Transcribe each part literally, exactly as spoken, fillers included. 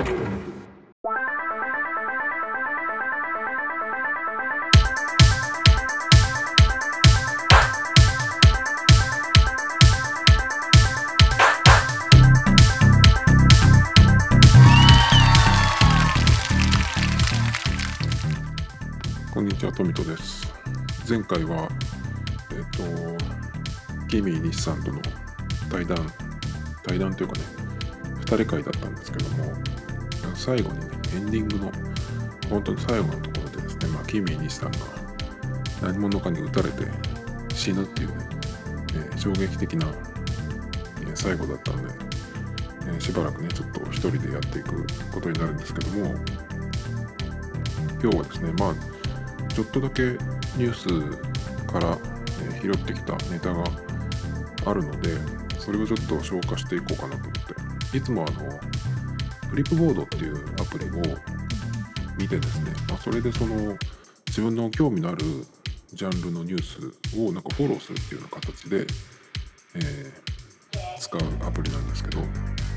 こんにちは、トミトです。前回は、えっ、と、キミ西さんとの対談、対談というかね、二人会だったんですけども、最後にね、エンディングの、本当に最後のところでですね、まあ、キミ西さんが何者かに撃たれて死ぬっていうね、えー、衝撃的な、えー、最後だったんで、えー、しばらくね、ちょっと一人でやっていくことになるんですけども、今日はですね、まあ、ちょっとだけニュースから、えー、拾ってきたネタがあるので、それをちょっと消化していこうかなと思って、いつもあのフリップボードっていうアプリを見てですね、まあ、それでその自分の興味のあるジャンルのニュースをなんかフォローするっていうような形で、えー、使うアプリなんですけど、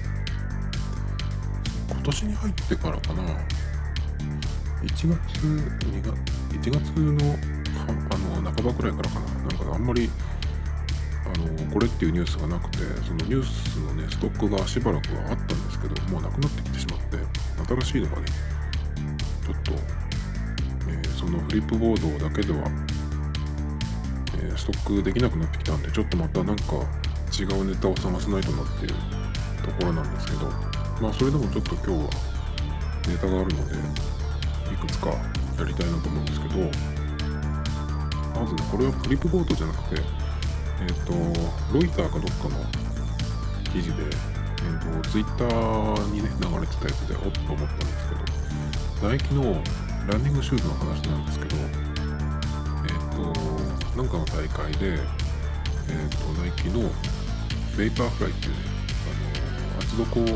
今年に入ってからかな、いちがつ、にがつ、いちがつの、あの半ばくらいからかな、なんかあんまりあのこれっていうニュースがなくて、そのニュースのねストックがしばらくはあったんですけど、もうなくなってきてしまって、新しいのがねちょっと、えー、そのフリップボードだけでは、えー、ストックできなくなってきたんで、ちょっとまたなんか違うネタを探さないとなっていうところなんですけど、まあそれでもちょっと今日はネタがあるのでいくつかやりたいなと思うんですけど、まずね、これはフリップボードじゃなくて、えっ、ー、とロイターかどっかの記事で、えー、とツイッターにね流れてたやつでおっと思ったんですけど、ナイキのランニングシューズの話なんですけど、えっ、ー、となんかの大会で、えっ、ー、とナイキのベイパーフライっていうね、あの厚底シューズ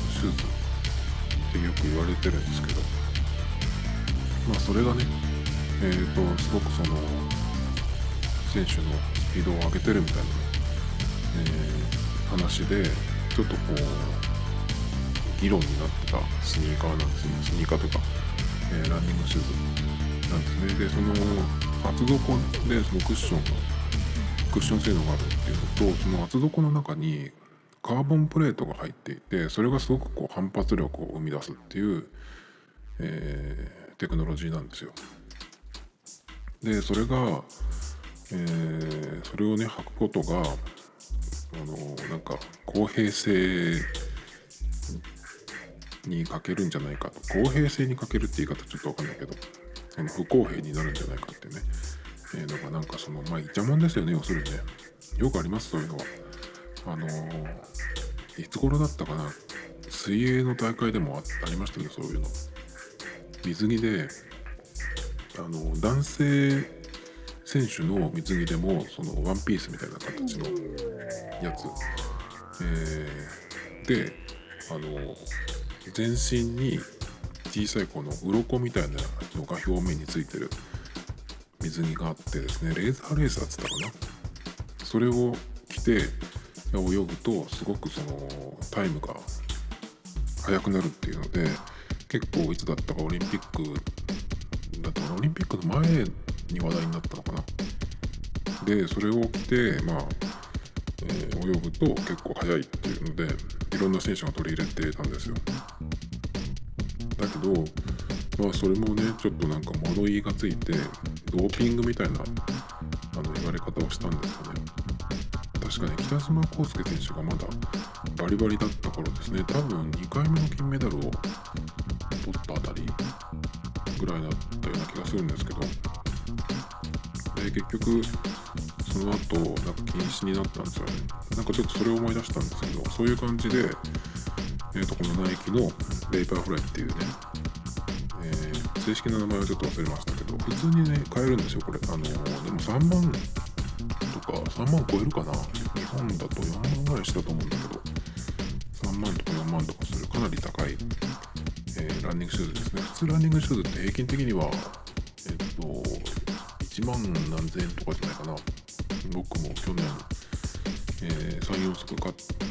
ってよく言われてるんですけど、まあそれがね、えーとすごくその選手のスピードを上げてるみたいな、えー、話でちょっとこう議論になってたスニーカーなんですね。スニーカーというか、えー、ランニングシューズなんですね。で、その厚底でそのクッションがクッション性能があるっていうのと、その厚底の中にカーボンプレートが入っていて、それがすごくこう反発力を生み出すっていう、えーテクノロジーなんですよ。でそれが、えー、それをね履くことがあのなんか公平性に欠けるんじゃないかと、公平性に欠けるって言い方ちょっと分かんないけど、その不公平になるんじゃないかってね、えー、のがなんかそのまあイチャモンですよね。要するにね、よくあります、そういうのは。あのー、いつ頃だったかな、水泳の大会でも あ, ありましたね、そういうの。水着であの男性選手の水着でもそのワンピースみたいな形のやつ、えー、であの全身に小さいこの鱗みたいなのが表面についてる水着があってですね、レーザーレーサーっつったかな、それを着て泳ぐとすごくそのタイムが速くなるっていうので、結構いつだったかオリンピックだったかな、オリンピックの前に話題になったのかな。でそれを着て、まあえー、泳ぐと結構速いっていうので、いろんな選手が取り入れてたんですよ。だけどまあそれもねちょっとなんか物言いがついてドーピングみたいなあの言われ方をしたんですよね。確かに北島康介選手がまだバリバリだった頃ですね。多分にかいめの金メダルを取ったあたりぐらいだったような気がするんですけど、で結局その後なんか禁止になったんですよね。なんかちょっとそれを思い出したんですけど、そういう感じで、えー、とこのナイキのベイパーフライっていうね、えー、正式な名前はちょっと忘れましたけど、普通にね買えるんですよこれ。あのー、でもさんまんとかさんまん超えるかな、日本だとよんまんぐらいしたと思うんだけど、さんまんとかよんまんとかするかなり高い、えー、ランニングシューズですね。普通ランニングシューズって平均的にはえっといちまん何千円とかじゃないかな。僕も去年、えー、さん、よん足買っ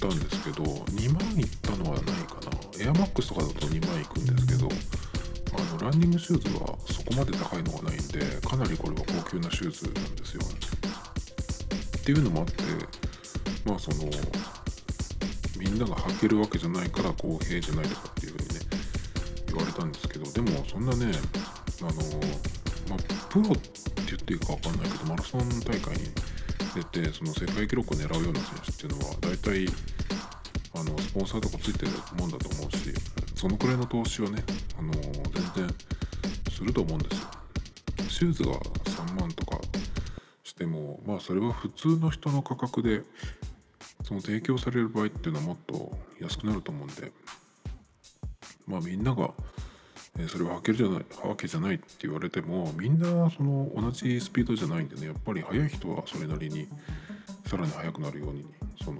ったんですけど、にまんいったのはないかな。エアマックスとかだとにまんいくんですけど、あのランニングシューズはそこまで高いのがないんで、かなりこれは高級なシューズなんですよ。っていうのもあって、まあそのみんなが履けるわけじゃないから公平じゃないとかっていう風にね言われたんですけど、でもそんなね、あのまあプロって言っていいか分かんないけど、マラソン大会に出てその世界記録を狙うような選手っていうのは大体あのスポンサーとかついてるもんだと思うし、そのくらいの投資はね、あの全然すると思うんですよ。シューズがさんまんとかしても、まあそれは普通の人の価格でその提供される場合っていうのはもっと安くなると思うんで、まあみんながえーそれは履けるじゃないわけじゃないって言われても、みんなその同じスピードじゃないんでね、やっぱり速い人はそれなりにさらに速くなるように、その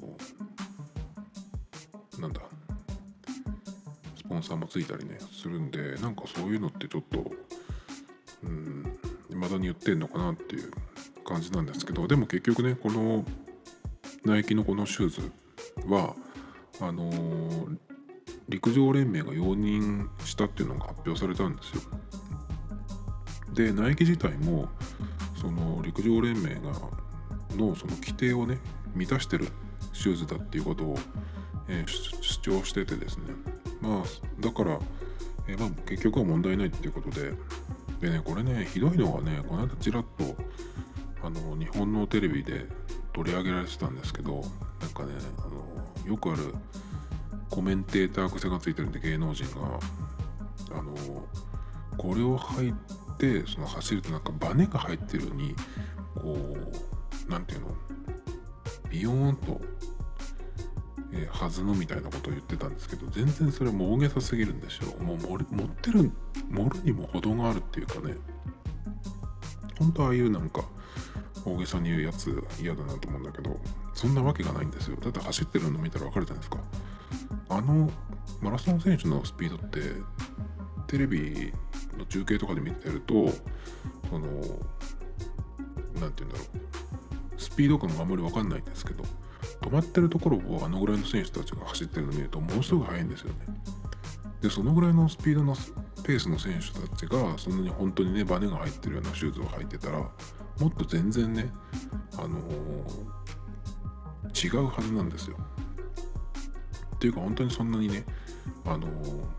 なんだスポンサーもついたりねするんで、なんかそういうのってちょっとうん未だに言ってんのかなっていう感じなんですけど、でも結局ね、このナイキのこのシューズはあのー陸上連盟が容認したっていうのが発表されたんですよ。でナイキ自体もその陸上連盟がのその規定をね満たしてるシューズだっていうことを、えー主張しててですね、まあだから、えーまあ、結局は問題ないっていうことで、でねこれねひどいのがね、この間ちらっとあの日本のテレビで取り上げられてたんですけど、なんかねあのよくあるコメンテーター癖がついてるんで、芸能人があのこれを履いてその走るとなんかバネが入ってるようにこうなんていうのビヨーンと、えー、弾むみたいなことを言ってたんですけど、全然それも大げさすぎるんですよ。もう盛ってる盛るにも程があるっていうかね、本当ああいうなんか大げさに言うやつ嫌だなと思うんだけど、そんなわけがないんですよ。だって走ってるの見たらわかるじゃないですか。あのマラソン選手のスピードってテレビの中継とかで見てると、そのなんていうんだろう、スピード感があんまり分かんないんですけど、止まってるところをあのぐらいの選手たちが走ってるのを見るとものすごく速いんですよね。でそのぐらいのスピードのペースの選手たちがそんなに本当にねバネが入ってるようなシューズを履いてたら、もっと全然ねあのー、違うはずなんですよ。っていうか本当にそんなにねあのー、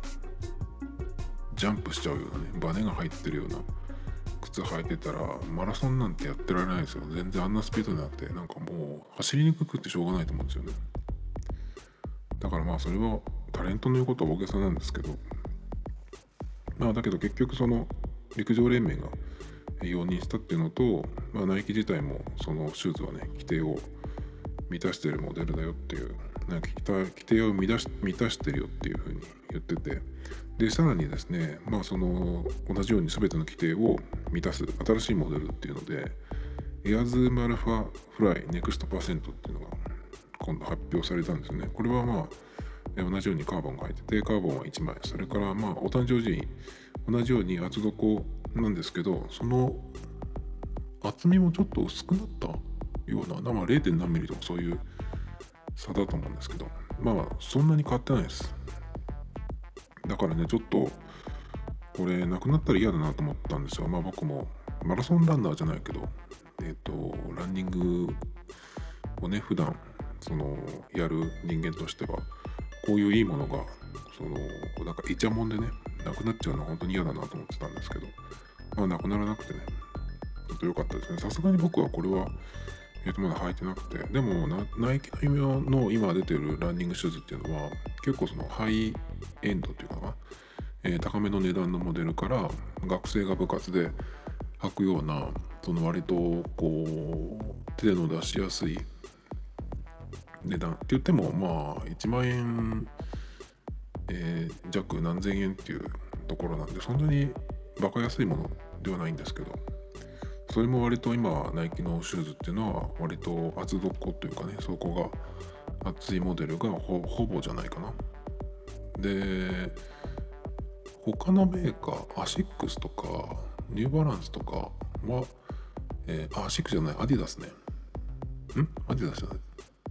ジャンプしちゃうようなねバネが入ってるような靴履いてたらマラソンなんてやってられないですよ。全然あんなスピードじゃなくて、なんかもう走りにくくってしょうがないと思うんですよね。だからまあそれはタレントの言うことは大げさなんですけど、まあだけど結局その陸上連盟が容認したっていうのと、まあ、ナイキ自体もそのシューズはね規定を満たしているモデルだよっていう、なんか規定を満たし満たしてるよっていうふうに言ってて、でさらにですね、まあその同じように全ての規定を満たす新しいモデルっていうので、エアズームアルファフライネクストパーセントっていうのが今度発表されたんですよね。これはまあ同じようにカーボンが入ってて、カーボンはいちまい、それからまあお誕生日に同じように厚底なんですけど、その厚みもちょっと薄くなったような、まあ れいてん 何ミリとかそういう差だと思うんですけど、まあそんなに変わってないです。だからねちょっとこれなくなったら嫌だなと思ったんですよ。まあ僕もマラソンランナーじゃないけど、えっとランニングをね普段そのやる人間としては、こういういいものがそのなんかイチャモンでねなくなっちゃうのは本当に嫌だなと思ってたんですけど、まあなくならなくてねちょっと良かったですね。さすがに僕はこれはえー、とまだ履いてなくて、でもナイキの今出てるランニングシューズっていうのは結構そのハイエンドっていうかな、えー、高めの値段のモデルから学生が部活で履くような、その割とこう手の出しやすい値段って言ってもまあいちまんえん、えー、弱何千円っていうところなんで、そんなにバカ安いものではないんですけど、それも割と今ナイキのシューズっていうのは割と厚底というかね、そこが厚いモデルが ほ, ほぼじゃないかな。で他のメーカーアシックスとかニューバランスとかは、えー、アシックスじゃないアディダスねんアディダスじゃない、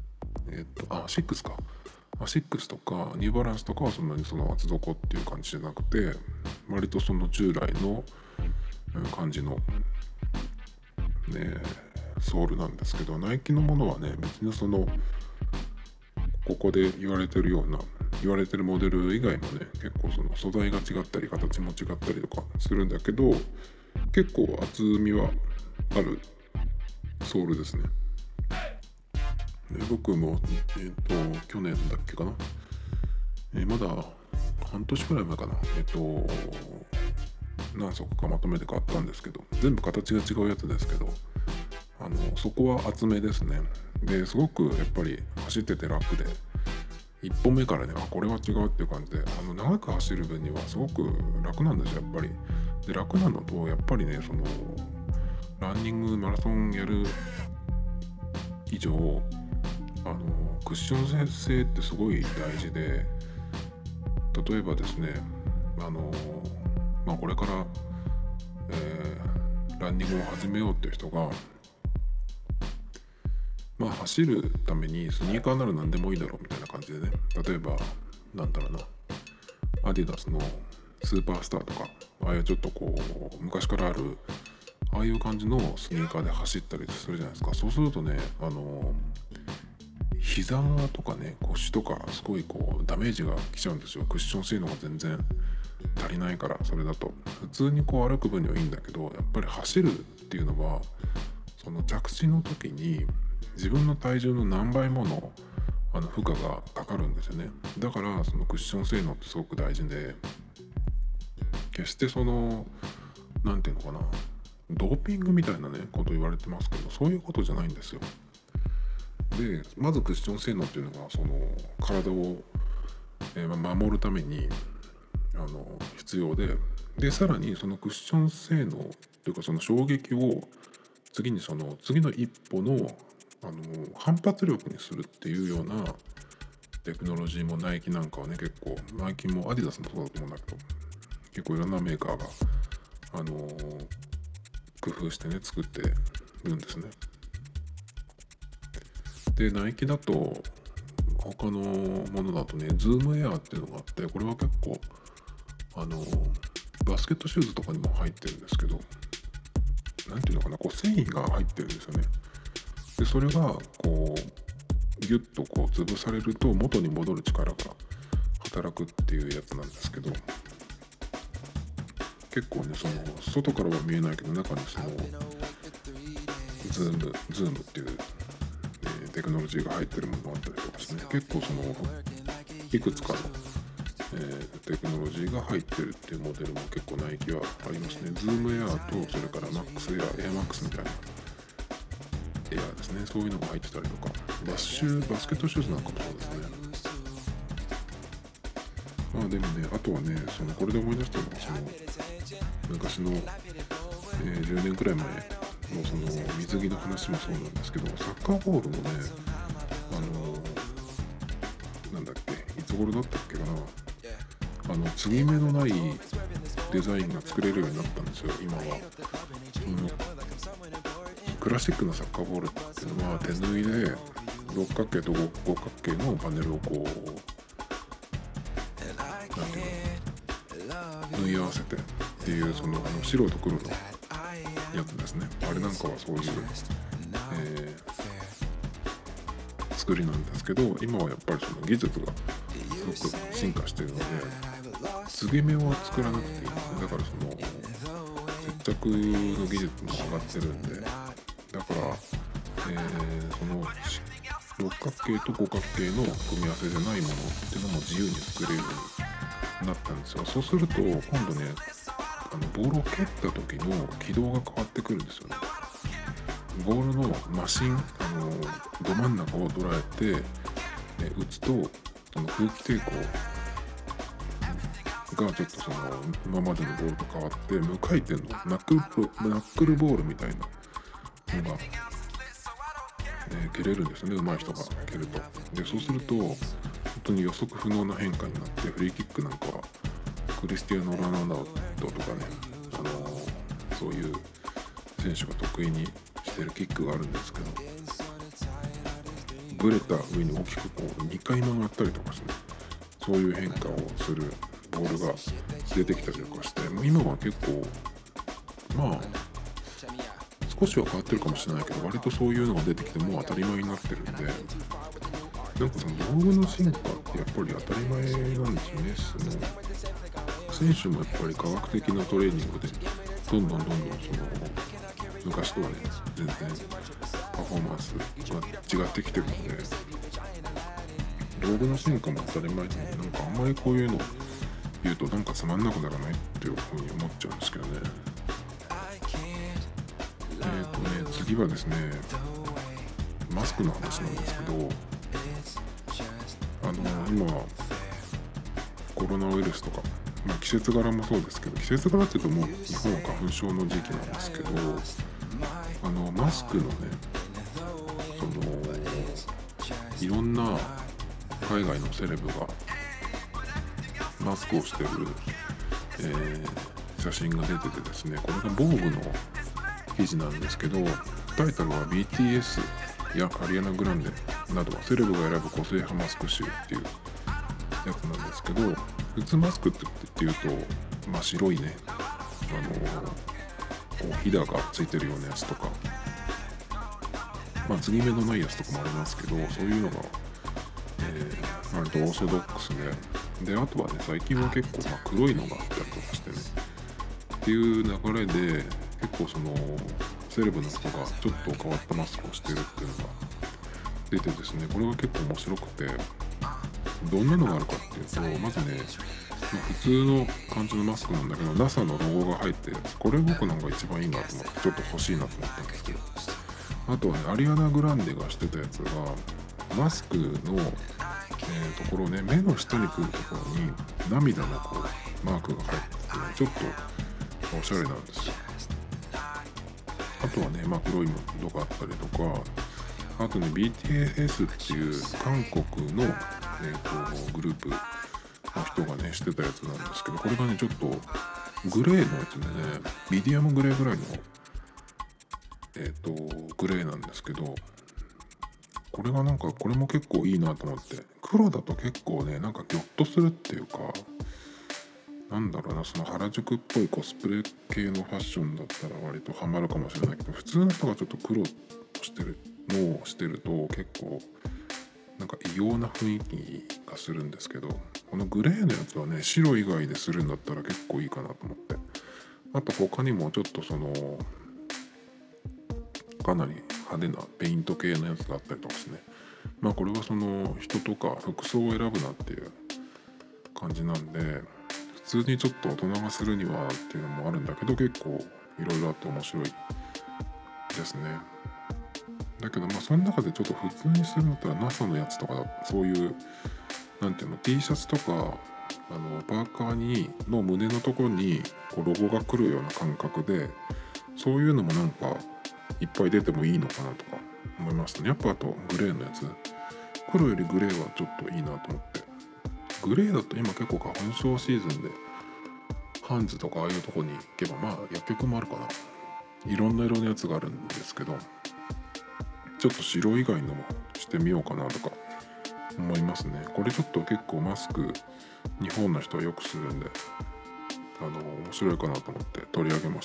えっとあシックスかアシックスとかニューバランスとかはそんなにその厚底っていう感じじゃなくて、割とその従来の感じの、ね、ソールなんですけど、ナイキのものはね別にそのここで言われてるような言われてるモデル以外もね結構その素材が違ったり形も違ったりとかするんだけど、結構厚みはあるソールですね。で僕も、えっと去年だっけかな、えーまだ半年くらい前かな、えっと何足かまとめて買ったんですけど、全部形が違うやつですけど、あのそこは厚めですね。ですごくやっぱり走ってて楽で、一歩目からね、あこれは違うっていう感じで、あの長く走る分にはすごく楽なんですよやっぱり。で楽なのと、やっぱりねそのランニングマラソンやる以上、あのクッション性ってすごい大事で、例えばですね、あのまあこれから、えーランニングを始めようっていう人が、まあ走るためにスニーカーなら何でもいいだろうみたいな感じでね、例えばなんだろうな、アディダスのスーパースターとか、ああいうちょっとこう昔からあるああいう感じのスニーカーで走ったりするじゃないですか。そうするとね、あの膝とかね腰とかすごいこうダメージがきちゃうんですよ。クッション性能が全然足りないから。それだと普通にこう歩く分にはいいんだけど、やっぱり走るっていうのはその着地の時に自分の体重の何倍ものあの負荷がかかるんですよね。だからそのクッション性能ってすごく大事で、決してそのなんていうのかな、ドーピングみたいなねこと言われてますけど、そういうことじゃないんですよ。でまずクッション性能っていうのがその体を、えー守るためにあの必要で、でさらにそのクッション性能というかその衝撃を次にその次の一歩のあの反発力にするっていうようなテクノロジーもナイキなんかはね結構、ナイキもアディダスもそうだと思うんだけど、結構いろんなメーカーがあの工夫してね作ってるんですね。でナイキだと他のものだとねズームエアーっていうのがあって、これは結構あのバスケットシューズとかにも入ってるんですけど、なんていうのかな、こう繊維が入ってるんですよね。でそれがこうギュッとこう潰されると元に戻る力が働くっていうやつなんですけど、結構ねその外からは見えないけど中にそのズームズームっていう、えーテクノロジーが入ってるものがあったりとかしてね、結構そのいくつかの、えーテクノロジーが入ってるっていうモデルも結構ナイキはありますね。ズームエアーとそれからマックスエア、エアマックスみたいなエアーですね、そういうのが入ってたりとか、バスシューバスケットシューズなんかもそうですね。まあでもね、あとはね、そのこれで思い出したのはその昔の、えーじゅうねんくらい前のその水着の話もそうなんですけど、サッカーボールもね、あのー、なんだっけ、いつ頃だったっけかな、あの継ぎ目のないデザインが作れるようになったんですよ今は。うん、クラシックなサッカーボールっていうのは手縫いで六角形と五角形のパネルをこうなんていうの縫い合わせてっていう、そのあの白と黒のやつですね。あれなんかはそういう、えー、作りなんですけど、今はやっぱりその技術がすごく進化しているので継ぎ目を作らなくていいんですね。だからその接着の技術も上がってるんで、だから、えー、その六角形と五角形の組み合わせじゃないものっていうのも自由に作れるようになったんですよ。そうすると今度ね、あのボールを蹴った時の軌道が変わってくるんですよね。ボールのマシン、あのど真ん中を捉えて、え打つとその空気抵抗がちょっとその今までのボールと変わって無回転のナックル、ナックルボールみたいなのが、えー蹴れるんですよね、上手い人が蹴ると。でそうすると本当に予測不能な変化になって、フリーキックなんかはクリスティアーノ・ロナウドとかね、あのー、そういう選手が得意にしてるキックがあるんですけど、 ブレた上に大きくこうにかい曲がったりとかしてね、そういう変化をするボールが出てきたりとかして、もう今は結構まあ少しは変わってるかもしれないけど、割とそういうのが出てきてもう当たり前になってるんで、なんかその道具の進化ってやっぱり当たり前なんですよね。その選手もやっぱり科学的なトレーニングでどんどんどんどんその昔とはね全然パフォーマンスが違ってきてるので、道具の進化も当たり前で、なんかあんまりこういうの言うとなんかつまんなくならないっていうふうに思っちゃうんですけどね。えーとね次はですね、マスクの話なんですけど、あの今コロナウイルスとか、まあ、季節柄もそうですけど、季節柄っていうともう日本は花粉症の時期なんですけど、あのマスクのね、そのいろんな海外のセレブがマスクをしてる、えー、写真が出ててですね、これが防具の記事なんですけど、タイトルは ビーティーエス やアリアナ・グランデなどはセレブが選ぶ個性派マスク集っていうやつなんですけど、普通マスクって言うと、まあ、白いね、あのこうひだがついてるようなやつとか、まあ継ぎ目のないやつとかもありますけど、そういうのが、えー、割とオーソドックスで、であとはね最近は結構まあ黒いのがあったりとかしてねっていう流れで、結構そのセレブの人がちょっと変わったマスクをしてるっていうのが出てですね、これが結構面白くて、どんなのがあるかっていうと、まずね、まあ、普通の感じのマスクなんだけど ナサ のロゴが入ってるやつ、これ僕なんか一番いいなと思ってちょっと欲しいなと思ったんですけど、あとはねアリアナ・グランデがしてたやつがマスクの、えー、ところね、目の下に来るところに涙のこうマークが入ってて、ちょっとおしゃれなんですよ。あとはね、まあ、黒いのとかあったりとか、あとね ビーティーエス っていう韓国の、えー、とグループの人がねしてたやつなんですけど、これがねちょっとグレーのやつでね、ミディアムグレーぐらいのえっ、ー、とグレーなんですけど、これがなんかこれも結構いいなと思って、黒だと結構ねなんかギョッとするっていうか、なんだろうな、その原宿っぽいコスプレ系のファッションだったら割とハマるかもしれないけど、普通の人がちょっと黒してるのをしてると結構なんか異様な雰囲気がするんですけど、このグレーのやつはね白以外でするんだったら結構いいかなと思って、あと他にもちょっとそのかなり派手なペイント系のやつがあったりとかですね、まあこれはその人とか服装を選ぶなっていう感じなんで、普通にちょっと大人がするにはっていうのもあるんだけど、結構いろいろあって面白いですね。だけどまあその中でちょっと普通にするんだったら ナサ のやつとか、そういうなんていうの T シャツとかあのパーカーにの胸のところにこうロゴが来るような感覚で、そういうのもなんかいっぱい出てもいいのかなとか思いましたね。やっぱあとグレーのやつ、黒よりグレーはちょっといいなと思って、グレーだと今結構花粉症シーズンでハンズとかああいうとこに行けば、まあ薬局もあるかな、いろんな色のやつがあるんですけど、ちょっと白以外のもしてみようかなとか思いますね。これちょっと結構マスク日本の人はよくするんで、あの面白いかなと思って取り上げました。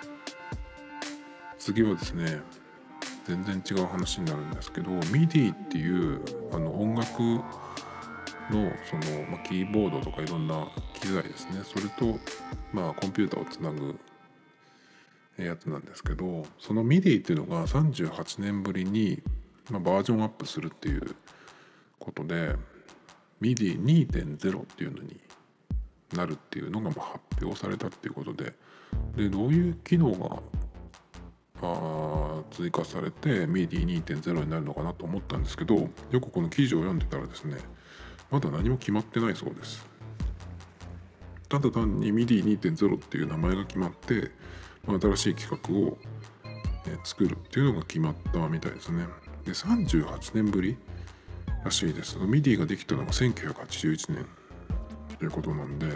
次はですね、全然違う話になるんですけど、 ミディ っていうあの音楽のその、まあ、キーボードとかいろんな機材ですね、それとまあコンピューターをつなぐやつなんですけど、その ミディ っていうのがさんじゅうはちねんぶりに、まあ、バージョンアップするっていうことで ミディにてんゼロ っていうのになるっていうのがまあ発表されたっていうことで、でどういう機能があ追加されて ミディにてんゼロ になるのかなと思ったんですけど、よくこの記事を読んでたらですね、まだ何も決まってないそうです。ただ単に ミディにてんゼロ っていう名前が決まって、まあ、新しい企画を、えー、作るっていうのが決まったみたいですね。でさんじゅうはちねんぶりらしいです。ミディができたのがせんきゅうひゃくはちじゅういちねんということなんで、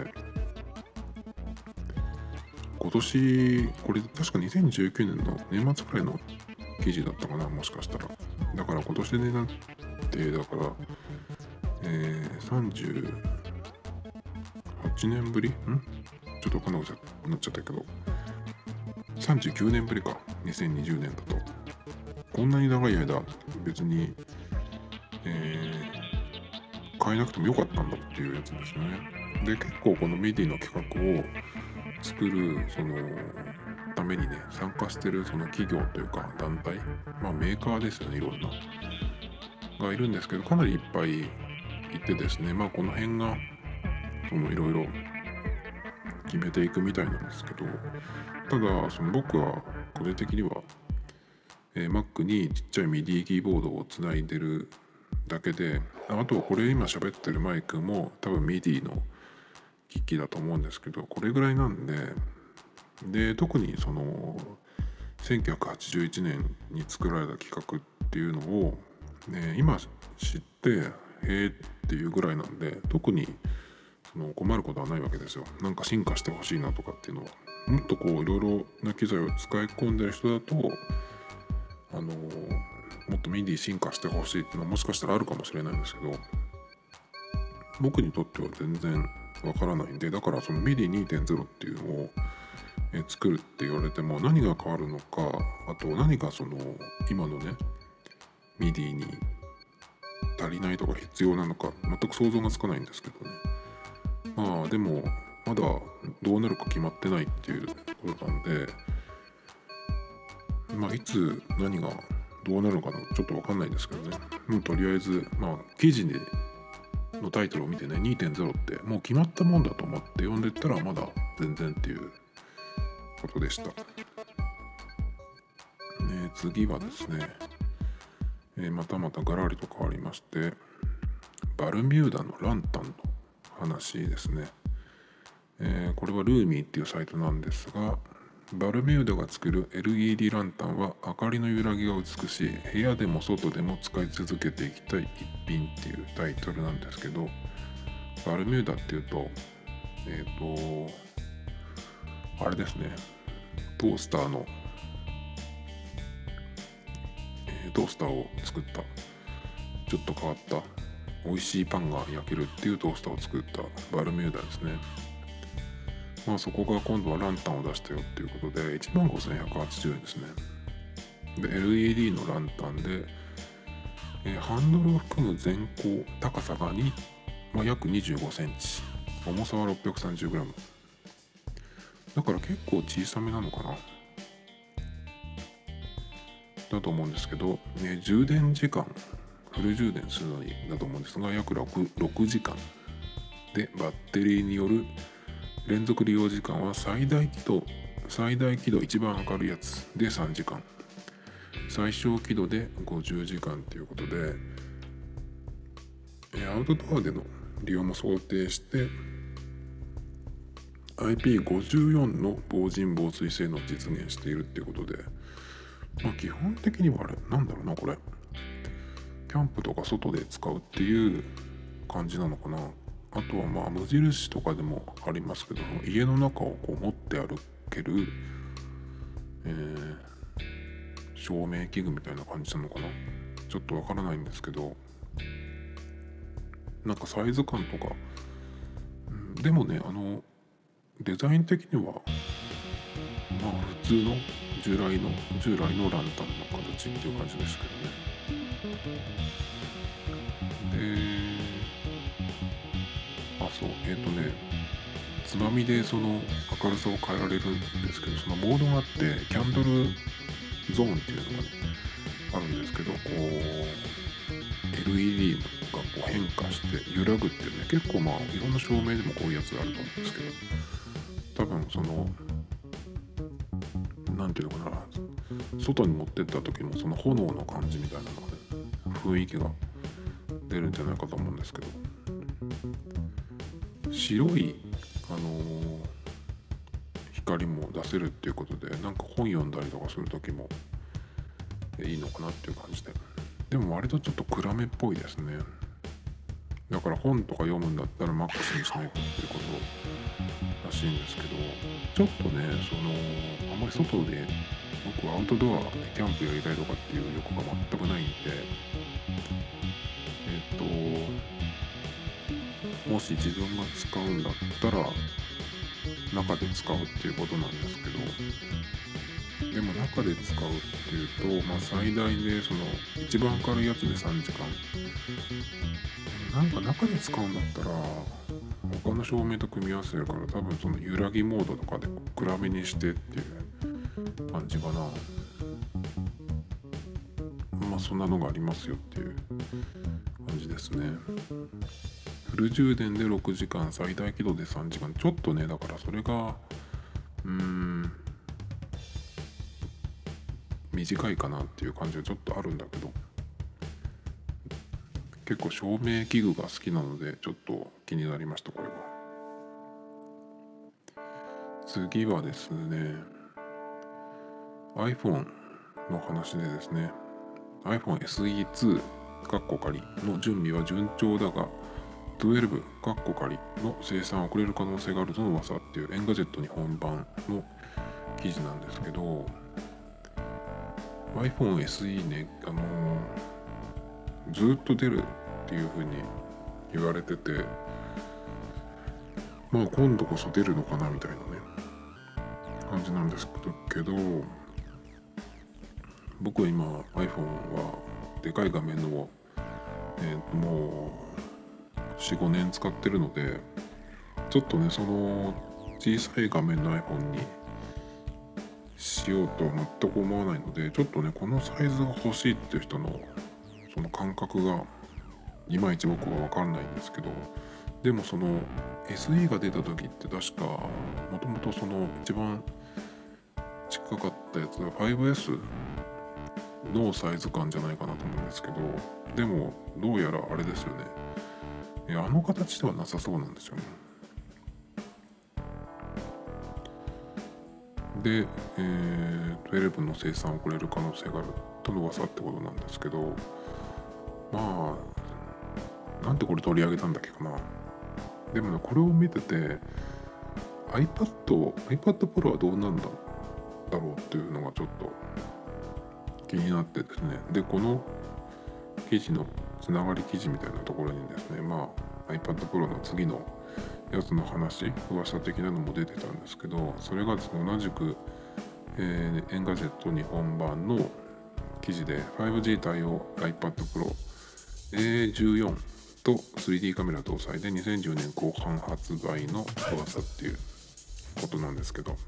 今年これ確かにせんじゅうきゅうねんの年末くらいの記事だったかな、もしかしたら。だから今年で、ね、 て、だから、えー、さんじゅうはちねんぶりんちょっと分かんなくなっちゃったけど、さんじゅうきゅうねんぶりか、にせんにじゅうねんだと。こんなに長い間別に、えー、変えなくてもよかったんだっていうやつですよね。で、結構このミディの企画を作るそのためにね、参加してるその企業というか団体、まあメーカーですよね、いろんながいるんですけど、かなりいっぱいいてですね、まあこの辺がそのいろいろ決めていくみたいなんですけど、ただその僕は個人的には、えー、Mac にちっちゃいミディキーボードをつないでるだけで、あとはこれ今喋ってるマイクも多分ミディの機器だと思うんですけど、これぐらいなんで、で特にそのせんきゅうひゃくはちじゅういちねんに作られた企画っていうのを、ね、今知ってへえっていうぐらいなんで、特にその困ることはないわけですよ。なんか進化してほしいなとかっていうのは、もっとこういろいろな機材を使い込んでる人だと、あのもっとミディ進化してほしいっていうのはもしかしたらあるかもしれないんですけど、僕にとっては全然わからないんで、だからそのミディ にてんゼロ っていうのをえ作るって言われても何が変わるのか、あと何かその今のねミディに足りないとか必要なのか全く想像がつかないんですけどね。まあでもまだどうなるか決まってないっていうことなんで、まあいつ何がどうなるのかちょっと分かんないですけどね。もうとりあえずまあ記事でのタイトルを見てね にてんゼロ ってもう決まったもんだと思って読んでったらまだ全然っていうことでした。ね、次はですね、えー、またまたガラリと変わりまして、バルミューダのランタンの話ですね。えー、これはルーミーっていうサイトなんですが、バルミューダが作る エルイーディー ランタンは明かりの揺らぎが美しい、部屋でも外でも使い続けていきたい一品っていうタイトルなんですけど、バルミューダっていうとえっ、ー、とあれですね、トースターの、えー、トースターを作ったちょっと変わった美味しいパンが焼けるっていうトースターを作ったバルミューダですね。まあそこが今度はランタンを出したよっていうことでいちまんごせんひゃくはちじゅうえんですね。で エルイーディー のランタンで、えー、ハンドルを含む全高高さがに、まあ、約にじゅうごセンチ、重さは ろっぴゃくさんじゅうグラム、だから結構小さめなのかなだと思うんですけど、ね、充電時間フル充電するのにだと思うんですが約 6, 6時間で、バッテリーによる連続利用時間は最大輝度最大輝度一番明るいやつでさんじかん、最小輝度でごじゅうじかんということで、アウトドアでの利用も想定して アイピーごじゅうよん の防塵防水性能を実現しているっていうことで、まあ基本的にはあれなんだろうな、これキャンプとか外で使うっていう感じなのかな。あとはまあ無印とかでもありますけど、家の中をこう持って歩ける、えー、照明器具みたいな感じなのかな、ちょっとわからないんですけど、なんかサイズ感とか、うん、でもね、あのデザイン的にはまあ普通の従来の従来のランタンの形っていう感じですけどね。で、あ、そう、えっ、ー、とね、つまみでその明るさを変えられるんですけど、そのモードがあってキャンドルゾーンっていうのが、ね、あるんですけど、こう エルイーディー がこう変化して揺らぐっていうね、結構まあいろんな照明でもこういうやつがあると思うんですけど、多分そのなんていうのかな、外に持ってった時のその炎の感じみたいなのがね、雰囲気が出るんじゃないかと思うんですけど、白い、あのー、光も出せるっていうことで、なんか本読んだりとかする時もいいのかなっていう感じで、でも割とちょっと暗めっぽいですね。だから本とか読むんだったらマックスにしないとっていうことらしいんですけど、ちょっとね、そのあんまり外で僕はアウトドアでキャンプやりたいとかっていう欲が全くないんで、 もし自分が使うんだったら中で使うっていうことなんですけど、でも中で使うっていうと、まあ最大でその一番軽いやつでさんじかん、なんか中で使うんだったら他の照明と組み合わせるから、多分その揺らぎモードとかで暗めにしてっていう感じかな。まあそんなのがありますよっていう感じですね。フル充電でろくじかん、最大起動でさんじかん、ちょっとね、だからそれがうーん短いかなっていう感じがちょっとあるんだけど、結構照明器具が好きなのでちょっと気になりました。これは次はですね iPhone の話でですね、 iPhone エスイーツー かっこ仮の準備は順調だがじゅうにかっこ仮の生産遅れる可能性があるとの噂っていうエンガジェット日本版の記事なんですけど、 iPhone エスイー ね、あのー、ずっと出るっていう風に言われてて、まあ今度こそ出るのかなみたいなね感じなんですけど、僕は今 iPhone はでかい画面のを、えー、ともう よん,ご 年使ってるので、ちょっとねその小さい画面の iPhone にしようとは全く思わないので、ちょっとねこのサイズが欲しいっていう人のその感覚がいまいち僕は分かんないんですけど、でもその エスイー が出た時って確かもともとその一番近かったやつが ファイブエス のサイズ感じゃないかなと思うんですけど、でもどうやらあれですよね、いやあの形ではなさそうなんですよね。で、えー、じゅうにの生産遅れる可能性があるとの噂ってことなんですけど、まあなんでこれ取り上げたんだっけかな。でもねこれを見てて iPad iPad Pro はどうなんだだろうっていうのがちょっと気になってですね、でこの記事のつながり記事みたいなところにですね、まあ iPad Pro の次のやつの話、噂的なのも出てたんですけど、それがですね同じく、えー、エンガジェット日本版の記事で ファイブジー 対応 iPad Pro エーじゅうよん と スリーディー カメラ搭載でにせんじゅうねんこう半発売の噂っていうことなんですけど、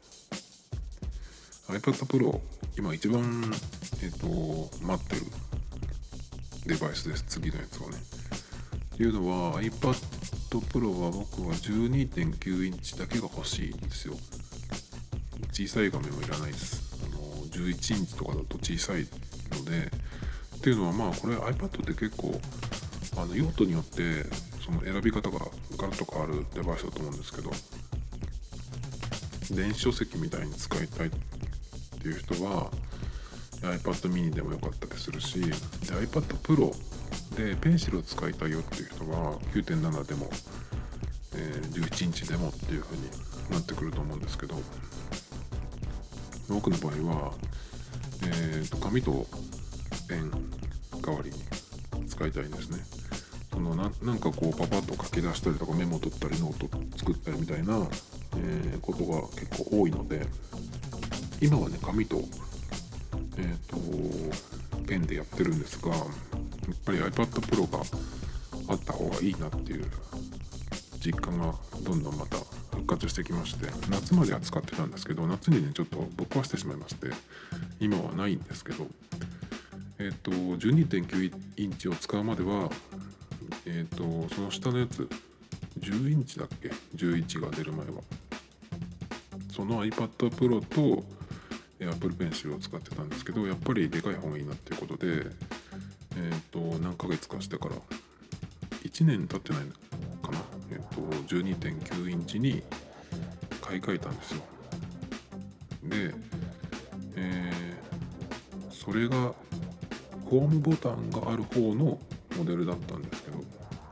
iPad Pro 今一番、えー、と待ってるデバイスです。次のやつをねっていうのは iPad Pro は僕は じゅうにてんきゅうインチだけが欲しいんですよ。小さい画面はいらないです。あのじゅういちインチとかだと小さいので、っていうのはまあこれ iPad って結構あの用途によってその選び方がガラッと変わるデバイスだと思うんですけど、電子書籍みたいに使いたいっていう人は iPad mini でもよかったりするし、で iPad Pro でペンシルを使いたいよっていう人は きゅうてんなな でも、えー、じゅういちインチでもっていう風になってくると思うんですけど、僕の場合は、えー、と紙とペン代わりに使いたいんですね。その な, なんかこうパパッと書き出したりとかメモ取ったりノート作ったりみたいな、えー、ことが結構多いので、今はね紙と,、えー、とペンでやってるんですが、やっぱり iPad Pro があった方がいいなっていう実感がどんどんまた復活してきまして、夏までは使ってたんですけど、夏にねちょっとぶっ壊してしまいまして今はないんですけど、えっ、ー、と じゅうにてんきゅうインチを使うまではえっ、ー、とその下のやつじゅうインチだっけ、じゅういちが出る前はその iPad Pro と Apple Pencil を使ってたんですけど、やっぱりでかい方がいいなっていうことで、えっ、ー、と何ヶ月かしてからいちねん経ってないかな、えっ、ー、と じゅうにてんきゅうインチに買い替えたんですよ。で、えー、それがホームボタンがある方のモデルだったんですけど、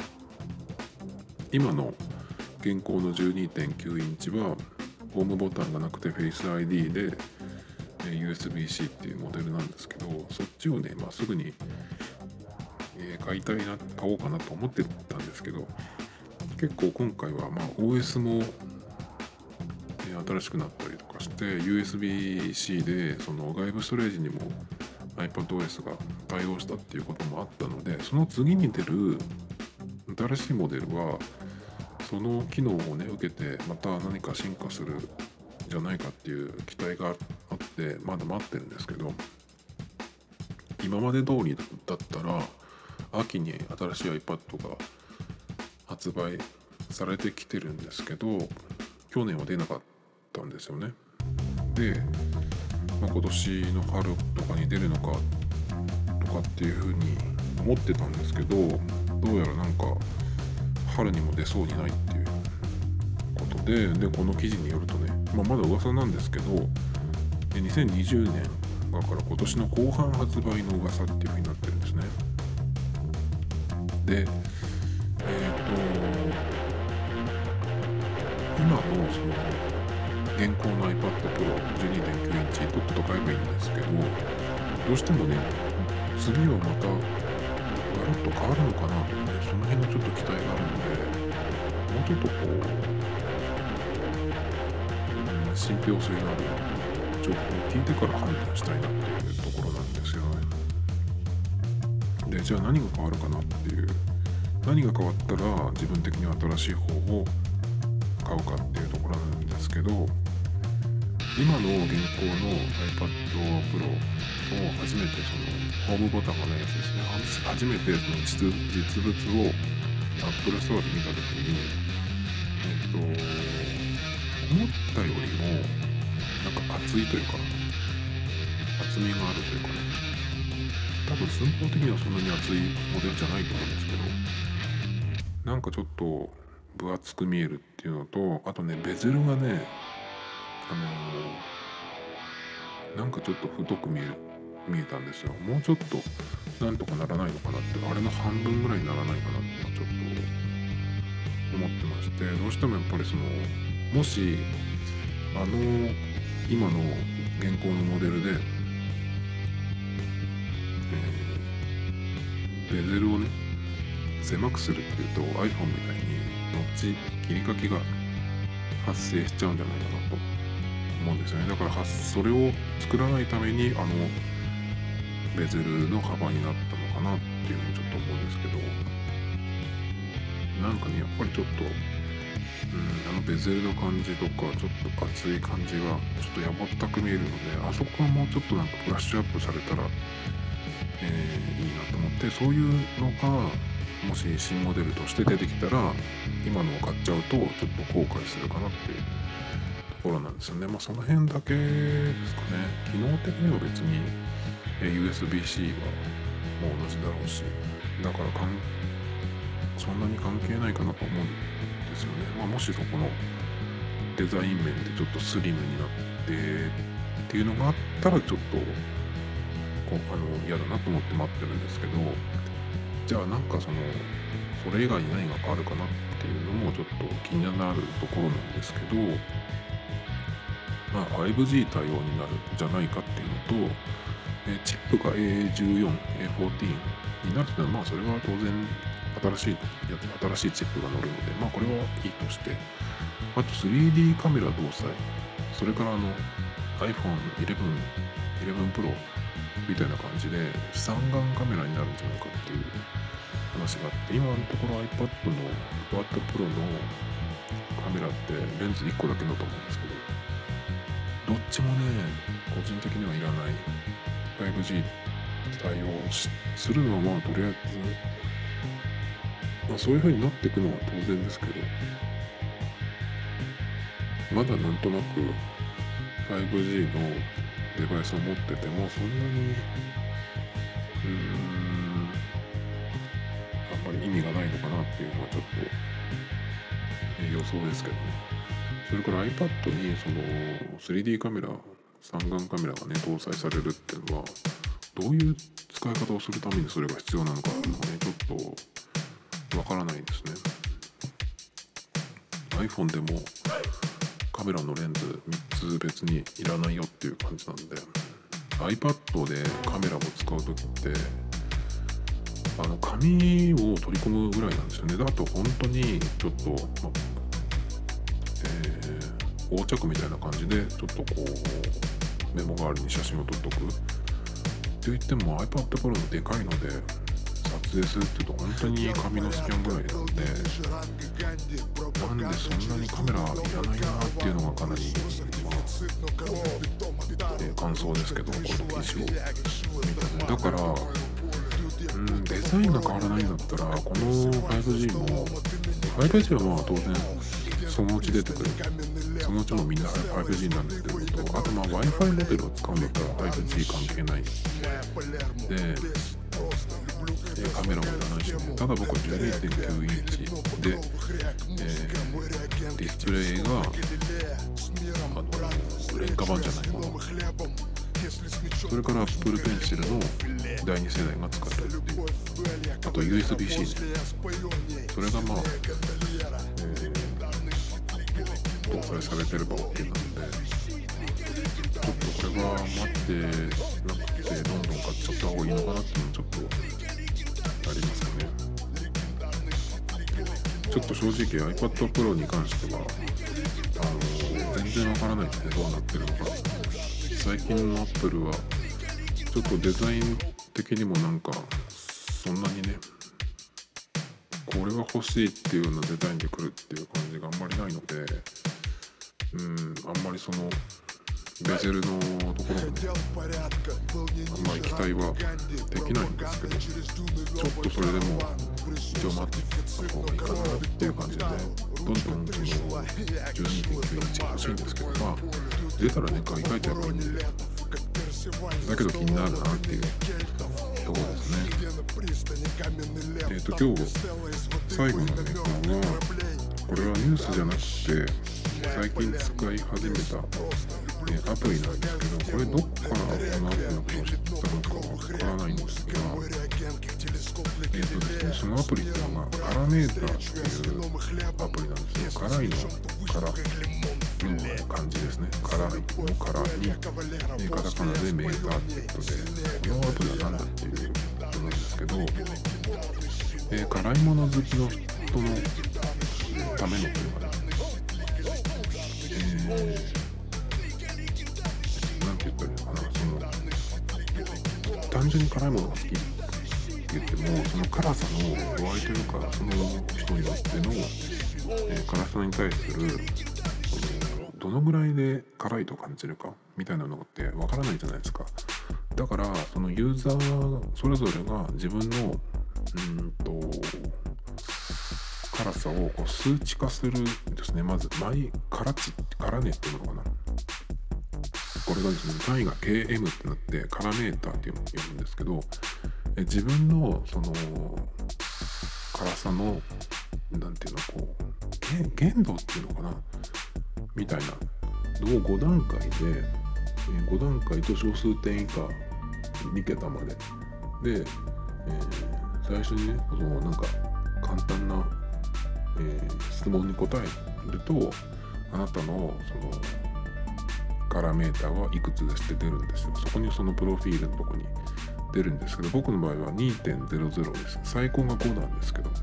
今の現行の じゅうにてんきゅうインチはホームボタンがなくて Face アイディー で ユーエスビー-C っていうモデルなんですけど、そっちをね、まあ、すぐに、えー、買いたいな買おうかなと思ってたんですけど、 結構今回はまあ オーエス も新しくなったりとかして ユーエスビーシー でその外部ストレージにも iPadOS が対応したっていうこともあったので、その次に出る新しいモデルはその機能をね受けてまた何か進化するんじゃないかっていう期待があってまだ待ってるんですけど、今まで通りだったら秋に新しい iPad が発売されてきてるんですけど、去年は出なかったんですよね。で、まあ、今年の春とかに出るのかとかっていうふうに思ってたんですけど、どうやらなんか春にも出そうにないっていうことで、でこの記事によるとね、まあ、まだ噂なんですけどにせんにじゅうねんだから今年の後半発売の噂っていうふうになってるんですね。で、えっ、ー、と今のその現行の iPad Pro じゅうにてんきゅうインチと戦えばいいんですけど、どうしてもね次はまたガラッと変わるのかなとかね、その辺のちょっと期待があるので、もうちょっとこう、うん、信憑性のある情報を聞いてから判断したいなっていうところなんですよね。で、じゃあ何が変わるかなっていう、何が変わったら自分的には新しい方を買うかっていうところなんですけど、今の現行の iPad Pro を初めてそのホームボタンがないやつですね、初めてその 実, 実物を Apple Store で見たときに、えっと思ったよりもなんか厚いというか厚みがあるというかね、多分寸法的にはそんなに厚いモデルじゃないと思うんですけど、なんかちょっと分厚く見えるっていうのと、あとねベゼルがね、あのー、なんかちょっと太く見える見えたんですよ。もうちょっとなんとかならないのかなって、あれの半分ぐらいにならないかなってちょっと思ってまして、どうしてもやっぱりそのもしあの今の現行のモデルで、えー、ベゼルをね狭くするっていうと iPhone みたいにノッチ切り欠きが発生しちゃうんじゃないかなと思うんですよね。だからそれを作らないためにあのベゼルの幅になったのかなっていうふうにちょっと思うんですけど、なんかねやっぱりちょっと、うん、あのベゼルの感じとかちょっと厚い感じがちょっとやぼったく見えるので、あそこはもうちょっとなんかブラッシュアップされたら、えー、いいなと思って、そういうのがもし新モデルとして出てきたら今のを買っちゃうとちょっと後悔するかなっていうところなんですよね。まあその辺だけですかね。機能的には別に ユーエスビーシー はもう同じだろうし、だからかんそんなに関係ないかなと思うんですよね。まあもしそこのデザイン面でちょっとスリムになってっていうのがあったらちょっとこうあの嫌だなと思って待ってるんですけど、じゃあなんかそのそれ以外に何が変わるかなっていうのもちょっと気になるところなんですけど、まあ ファイブジー 対応になるんじゃないかっていうのと、えチップが エーじゅうよん、エーフォーティーン になるっていうのはまあそれは当然新しいやつ新しいチップが乗るので、まあこれはいいとして、あと スリーディー カメラ搭載、それからあの iPhone イレブン、イレブン Pro みたいな感じで三眼カメラになるんじゃないかっていう話があって、今のところ iPad の iPad Pro のカメラってレンズいっこだけだと思うんですけど、どっちもね個人的にはいらない。 ファイブジー 対応するのはまあとりあえず、まあ、そういう風になっていくのは当然ですけど、まだなんとなく ファイブジー のデバイスを持っててもそんなにうーんあんまり意味がないのかなっていうのはちょっと、えー、予想ですけどね。それから iPad にその スリーディー カメラ、三眼カメラがね搭載されるっていうのはどういう使い方をするためにそれが必要なのかっていうのがねちょっとわからないんですね。 iPhone でもカメラのレンズみっつ別にいらないよっていう感じなんで、 iPad でカメラを使うときってあの紙を取り込むぐらいなんですよね。であと本当にちょっと、まあえー、横着みたいな感じでちょっとこうメモ代わりに写真を撮っとくといっても iPad Pro のでかいので撮影するっていうと本当に紙のスキャンぐらいなんで、なんでそんなにカメラいらないなっていうのがかなり、まあえー、感想ですけど、この記事を見てね。だから、うん、デザインが変わらないんだったらこの ファイブジー も ファイブジー はまあ当然そのうち出てくる、そのうちもみんな ファイブジー になるっていうのと、あとまあ Wi-Fi モデルを使うんだったら ファイブジー 関係ないで、でカメラもいらないし、ね、ただ僕は じゅうにてんきゅう インチで、えー、ディスプレイがあの廉価版じゃないもの、それから Apple Pencil のだいに世代が使えるっていう、あと ユーエスビー-C ね、それがまあ、えー、搭載されてれば OK なので、ちょっとこれは待ってなくてどんどん買っちゃった方がいいのかなっていうのもちょっとありますかね。ちょっと正直 iPad Pro に関してはあの全然わからないですね、どうなってるのか。最近の Apple はちょっとデザイン的にもなんかそんなにね、これは欲しいっていうようなデザインで来るっていう感じがあんまりないので、うんあんまりそのベゼルのところもね、あんまり期待はできないんですけど、ちょっとそれでも一応待ってた方がいいかなっていう感じで、ね、どんどんその じゅうにてんきゅう インチ欲しいんですけど、まあ出たらね買い替えちゃえばいいんで、だけど気になるなっていうところですね。えっと今日最後のねこれはこれはニュースじゃなくて最近使い始めたえー、アプリなんですけど、これどっからこのアプリのことを知ったのかわからないんですが、えっとですね、そのアプリっていうのがカラメーターっていうアプリなんですね。辛いの辛の漢字ですね。辛いの辛に、えー、カタカナでメーターっていうことで、このアプリは何だっていうことなんですけど、えー、辛いもの好きの人のためのというかね、えーなんて言ったらいいのかな、その単純に辛いものが好きって言っても、その辛さの度合いというか、その人によっての、えー、辛さに対するどのぐらいで辛いと感じるかみたいなのってわからないじゃないですか。だからそのユーザーそれぞれが自分のうんと辛さをこう数値化するんですね。まずマイ辛値辛値っていうのかな、これがですね、単位が ケーエム ってなってカラメーターっていうのを呼ぶんですけど、え自分のその辛さのなんていうのこう限度っていうのかなみたいなのをご段階で、えご段階と小数点以下に桁までで、えー、最初にねそのなんか簡単な、えー、質問に答えるとあなたのそのカラメーターはいくつですって出るんですよ。そこにそのプロフィールのとこに出るんですけど、僕の場合は にてんゼロゼロ です。最高がごなんですけど。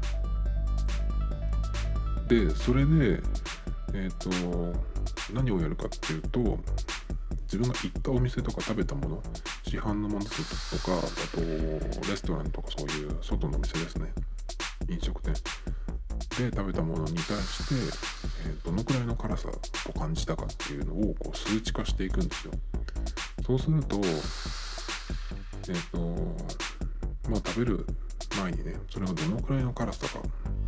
で、それで、えっと、何をやるかっていうと、自分が行ったお店とか食べたもの、市販のものとか、あとレストランとかそういう外のお店ですね。飲食店。で食べたものに対して、えー、どのくらいの辛さと感じたかっていうのをこう数値化していくんですよ。そうすると、えっ、ー、とまあ食べる前にね、それがどのくらいの辛さか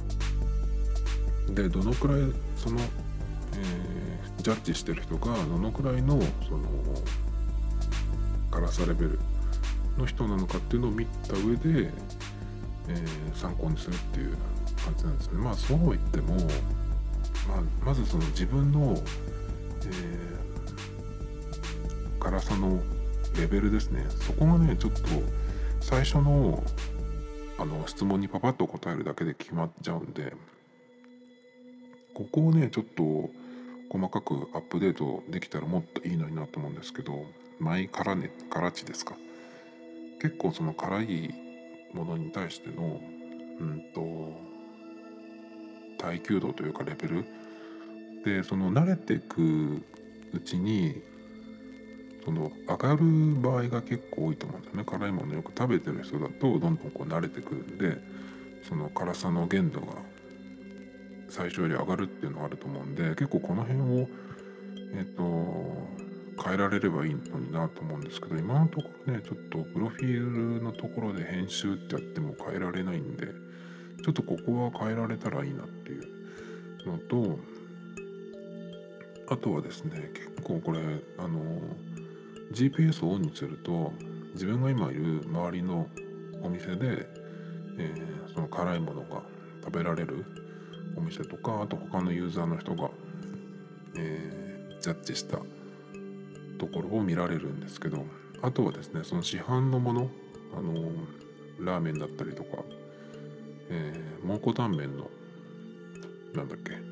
で、どのくらいその、えー、ジャッジしてる人がどのくらいのその辛さレベルの人なのかっていうのを見た上で、えー、参考にするっていう感じなんですね。まあそうは言っても、まあ、まずその自分の、えー、辛さのレベルですね。そこがねちょっと最初のあの質問にパパッと答えるだけで決まっちゃうんで、ここをねちょっと細かくアップデートできたらもっといいのになと思うんですけど、マイ辛ね辛値ですか。結構その辛いものに対してのうんと耐久度というかレベルで、その慣れていくうちにその上がる場合が結構多いと思うんだよね。辛いものよく食べてる人だとどんどんこう慣れてくるんで、その辛さの限度が最初より上がるっていうのがあると思うんで、結構この辺をえっ、と変えられればいいのになと思うんですけど、今のところねちょっとプロフィールのところで編集ってやっても変えられないんで、ちょっとここは変えられたらいいなっていうのと、あとはですね、結構これあの ジーピーエス をオンにすると自分が今いる周りのお店で、えー、その辛いものが食べられるお店とか、あと他のユーザーの人が、えー、ジャッジしたところを見られるんですけど、あとはですね、その市販のもの、あのー、ラーメンだったりとか、えー、蒙古タンメンのなんだっけ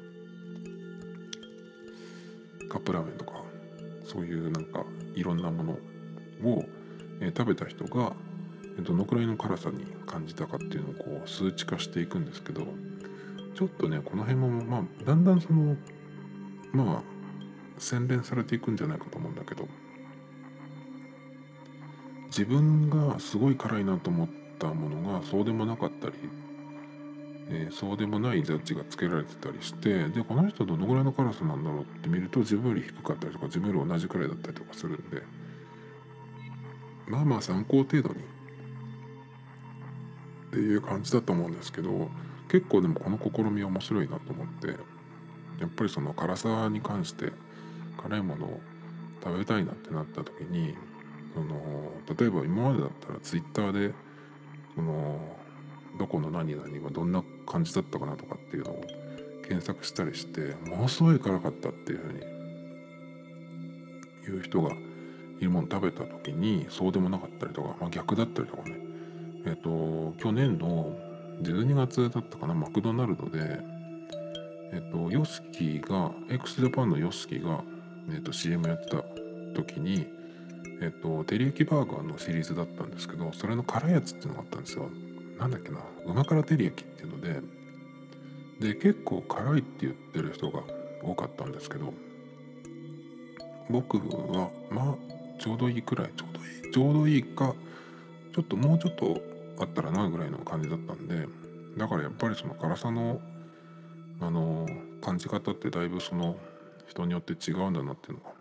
カップラーメンとか、そういうなんかいろんなものを、えー、食べた人がどのくらいの辛さに感じたかっていうのをこう数値化していくんですけど、ちょっとねこの辺もまあだんだんそのまあ洗練されていくんじゃないかと思うんだけど、自分がすごい辛いなと思ったものがそうでもなかったり、えー、そうでもないジャッジがつけられてたりして、でこの人どのぐらいの辛さなんだろうって見ると自分より低かったりとか自分より同じくらいだったりとかするんで、まあまあ参考程度にっていう感じだと思うんですけど、結構でもこの試みは面白いなと思って、やっぱりその辛さに関して辛いものを食べたいなってなった時に、その例えば今までだったらツイッターでそのどこの何々はどんな感じだったかなとかっていうのを検索したりして、ものすごい辛かったっていうふうに言う人がいるもの食べた時にそうでもなかったりとか、まあ、逆だったりとかね、えっと去年のじゅうにがつだったかな、マクドナルドでえっとヨシキが x ジャパンのヨシキが、えっと、シーエム やってた時に、えっと照り焼きバーガーのシリーズだったんですけど、それの辛いやつっていうのがあったんですよ。なんだっけな、うま辛照り焼きっていうので、で結構辛いって言ってる人が多かったんですけど、僕はまあちょうどいいくらい、ちょうどいいちょうどいいかちょっともうちょっとあったらなぐらいの感じだったんで、だからやっぱりその辛さのあの感じ方ってだいぶその人によって違うんだなっていうのが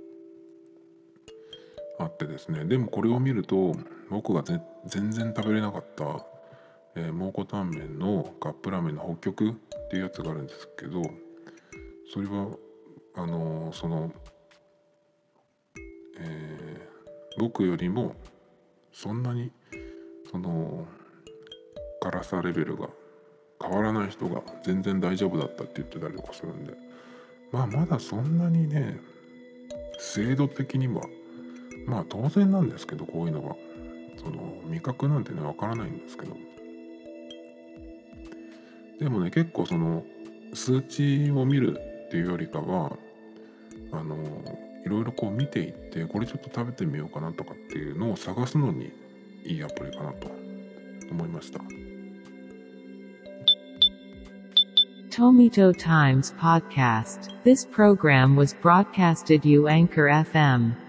あってですね。でもこれを見ると僕が全然食べれなかった、えー、蒙古タンメンのカップラーメンの北極っていうやつがあるんですけど、それはあのー、その、えー、僕よりもそんなにその辛さレベルが変わらない人が全然大丈夫だったって言ってたりとかするんで、まあまだそんなにね精度的にはまあ当然なんですけど、こういうのはその味覚なんてねわからないんですけど、でもね結構その数値を見るっていうよりかはあのいろいろこう見ていって、これちょっと食べてみようかなとかっていうのを探すのにいいアプリかなと思いました。 Tomito Times Podcast. This program was broadcasted you Anchor エフエム